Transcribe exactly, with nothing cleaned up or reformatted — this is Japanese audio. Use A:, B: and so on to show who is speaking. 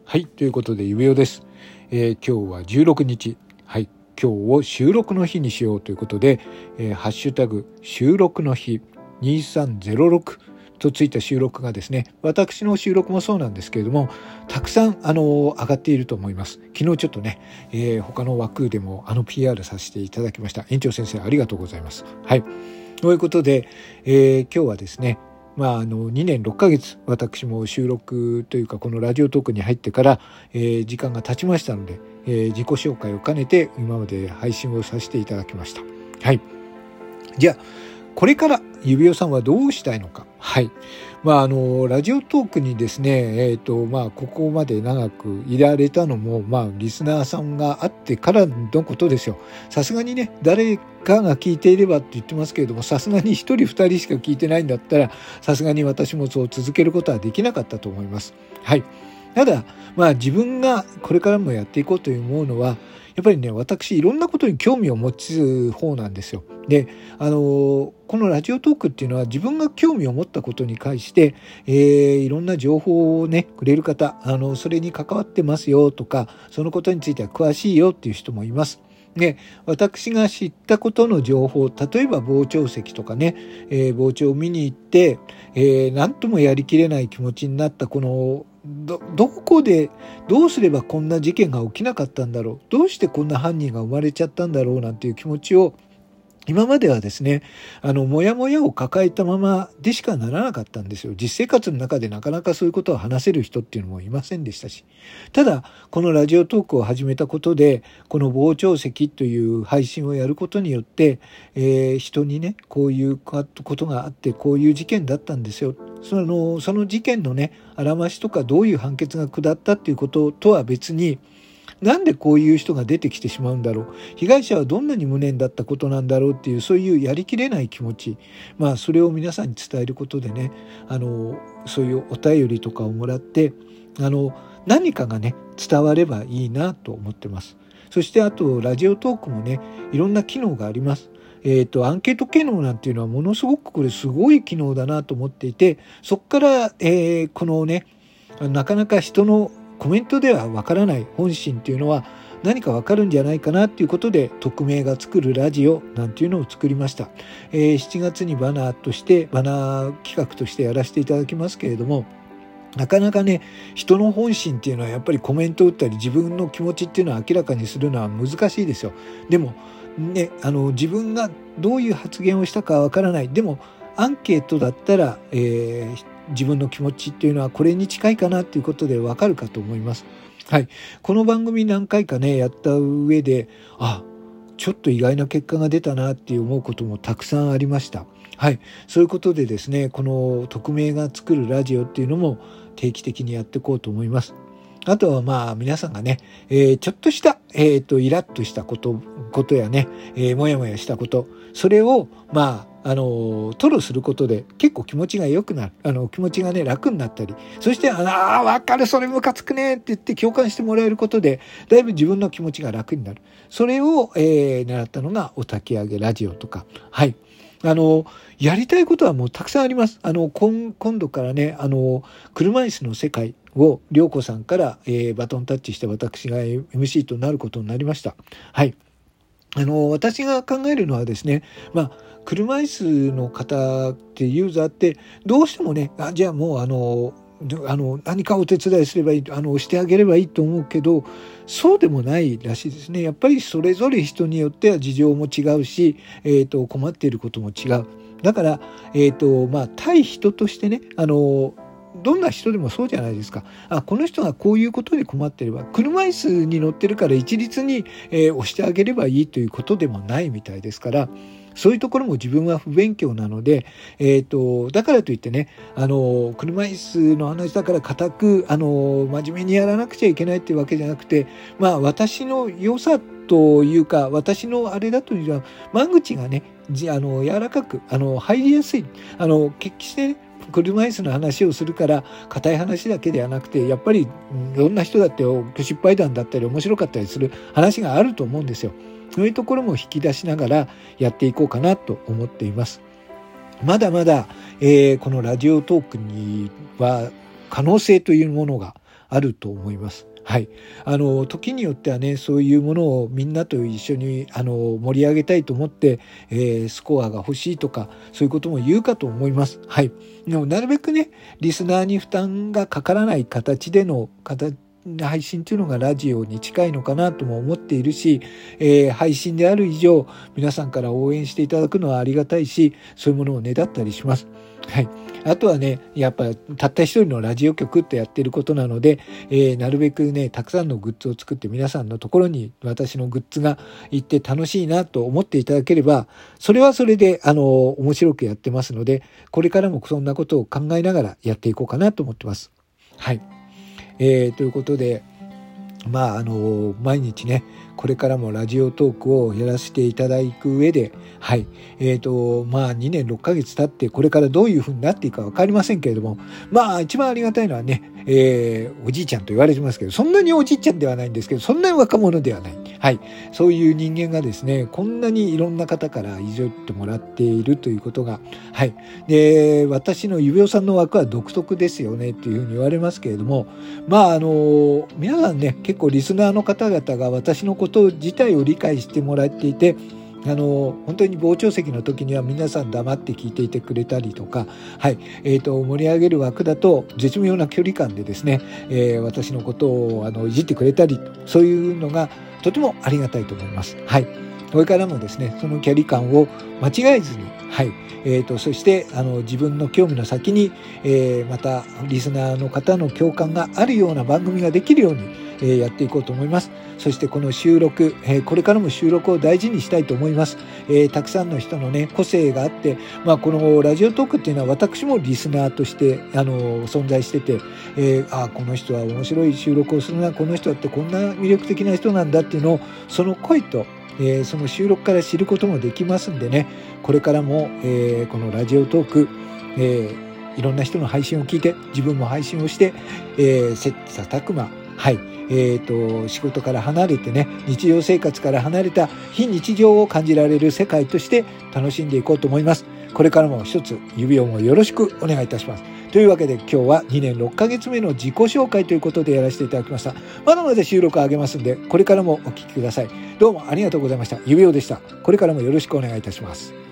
A: はい、ということで指輪です、えー、今日はじゅうろくにち、はい、今日を収録の日にしようということで、えー、ハッシュタグ収録の日にさんぜろろくとついた収録がですね、私の収録もそうなんですけれども、たくさんあの上がっていると思います。昨日ちょっとね、えー、他の枠でもあの ピーアール させていただきました。園長先生ありがとうございます。はい、ということで、えー、今日はですね、まあ、あのにねんろっかげつ私も収録というかこのラジオトークに入ってから、えー、時間が経ちましたので、えー、自己紹介を兼ねて今まで配信をさせていただきました。はい。じゃあこれから指輪さんはどうしたいのか。はい。まああのラジオトークにですね、えっとまあここまで長くいられたのもまあリスナーさんがあってからのことですよ。さすがにね、誰かが聞いていればって言ってますけれども、さすがに一人二人しか聞いてないんだったら、さすがに私もそう続けることはできなかったと思います。はい。ただまあ自分がこれからもやっていこうという思うのは、やっぱりね、私いろんなことに興味を持つ方なんですよ。で、あのこのラジオトークっていうのは自分が興味を持ったことに関して、えー、いろんな情報をねくれる方、あのそれに関わってますよとか、そのことについては詳しいよっていう人もいます。で、私が知ったことの情報、例えば傍聴席とかね、えー、傍聴を見に行って、えー、何ともやりきれない気持ちになったこのど、どこでどうすればこんな事件が起きなかったんだろう、どうしてこんな犯人が生まれちゃったんだろうなんていう気持ちを今まではですね、あの、もやもやを抱えたままでしかならなかったんですよ。実生活の中でなかなかそういうことを話せる人っていうのもいませんでしたし。ただ、このラジオトークを始めたことで、この傍聴席という配信をやることによって、えー、人にね、こういうことがあって、こういう事件だったんですよ。その、その事件のね、あらましとかどういう判決が下ったっていうこととは別に、なんでこういう人が出てきてしまうんだろう、被害者はどんなに無念だったことなんだろうっていう、そういうやりきれない気持ち、まあそれを皆さんに伝えることでね、あのそういうお便りとかをもらって、あの何かがね伝わればいいなと思ってます。そしてあとラジオトークもね、いろんな機能があります。えーと、アンケート機能なんていうのはものすごくこれすごい機能だなと思っていて、そこから、えー、このね、なかなか人のコメントではわからない本心っていうのは何かわかるんじゃないかなっていうことで、匿名が作るラジオなんていうのを作りました。えー、しちがつにバナーとしてバナー企画としてやらせていただきますけれども、なかなかね、人の本心っていうのはやっぱりコメントを打ったり自分の気持ちっていうのを明らかにするのは難しいですよ。でもね、あの自分がどういう発言をしたかわからない。でもアンケートだったら、えー自分の気持ちっていうのはこれに近いかなっていうことでわかるかと思います。はい。この番組何回かね、やった上で、あ、ちょっと意外な結果が出たなっていう思うこともたくさんありました。はい。そういうことでですね、この匿名が作るラジオっていうのも定期的にやっていこうと思います。あとはまあ皆さんがね、えー、ちょっとした、えーと、イラッとしたこと、ことやね、えー、もやもやしたこと、それをまあ、あの、吐露することで結構気持ちが良くなる。あの、気持ちがね、楽になったり。そして、ああ、わかる、それムカつくねって言って共感してもらえることで、だいぶ自分の気持ちが楽になる。それを、えー、習ったのが、お焚き上げラジオとか。はい。あの、やりたいことはもうたくさんあります。あの、今、今度からね、あの、車椅子の世界を、涼子さんから、えー、バトンタッチして私が エムシー となることになりました。はい。あの、私が考えるのはですね、まあ、車椅子の方ってユーザーってどうしてもね、あ、じゃあもうあの、あの何かお手伝いすればいい、あのしてあげればいいと思うけど、そうでもないらしいですね。やっぱりそれぞれ人によっては事情も違うし、えーと、困っていることも違う。だから、えーと、まあ、対人としてね、あの、どんな人でもそうじゃないですか。あ、この人がこういうことに困っていれば、車椅子に乗ってるから一律に、えー、押してあげればいいということでもないみたいですから、そういうところも自分は不勉強なので、えーと、だからといってね、あの、車椅子の話だから固く、あの、真面目にやらなくちゃいけないっていうわけじゃなくて、まあ、私の良さというか、私のあれだというのは、間口がね、あの、柔らかく、あの、入りやすい。あの、決してね、車椅子の話をするから硬い話だけではなくて、やっぱりいろんな人だって失敗談だったり面白かったりする話があると思うんですよ。そういうところも引き出しながらやっていこうかなと思っています。まだまだ、えー、このラジオトークには可能性というものがあると思います。はい。あの、時によってはね、そういうものをみんなと一緒に、あの、盛り上げたいと思って、えー、スコアが欲しいとか、そういうことも言うかと思います。はい。でも、なるべくね、リスナーに負担がかからない形での形、配信というのがラジオに近いのかなとも思っているし、えー、配信である以上、皆さんから応援していただくのはありがたいし、そういうものをねだったりします。はい。あとはね、やっぱたった一人のラジオ局ってやってることなので、えー、なるべくね、たくさんのグッズを作って皆さんのところに私のグッズが行って楽しいなと思っていただければ、それはそれで、あの、面白くやってますので、これからもそんなことを考えながらやっていこうかなと思ってます。はい。えー、ということで、まあ、あの、毎日ね、これからもラジオトークをやらせていただく上で、はい。えっと、まあ、にねんろっかげつ経って、これからどういうふうになっていくかわかりませんけれども、まあ、一番ありがたいのはね、えー、おじいちゃんと言われてますけど、そんなにおじいちゃんではないんですけど、そんなに若者ではない。はい。そういう人間がですね、こんなにいろんな方からいじってもらっているということが、はい。で、私の指輪さんの枠は独特ですよね、っていうふうに言われますけれども、まあ、あの、皆さんね、結構リスナーの方々が私のこと自体を理解してもらっていて、あの本当に傍聴席の時には皆さん黙って聞いていてくれたりとか、はい、えーと、盛り上げる枠だと絶妙な距離感でですね、えー、私のことをあのいじってくれたり、そういうのがとてもありがたいと思います。はい。これからもですね、その距離感を間違えずに、はい、えーと、そしてあの自分の興味の先に、えー、またリスナーの方の共感があるような番組ができるように、えー、やっていこうと思います。そしてこの収録、えー、これからも収録を大事にしたいと思います。えー、たくさんの人のね、個性があって、まあこのラジオトークっていうのは私もリスナーとしてあの存在してて、えー、あこの人は面白い収録をするな、この人だってこんな魅力的な人なんだっていうのを、その声とえー、その収録から知ることもできますんでね、これからも、えー、このラジオトーク、えー、いろんな人の配信を聞いて、自分も配信をして、えー、切磋琢磨、はい、えーと、仕事から離れてね、日常生活から離れた非日常を感じられる世界として楽しんでいこうと思います。これからも一つ指をもよろしくお願いいたします。というわけで今日はにねんろっかげつめの自己紹介ということでやらせていただきました。まだまだ収録を上げますんで、これからもお聞きください。どうもありがとうございました。指輪でした。これからもよろしくお願いいたします。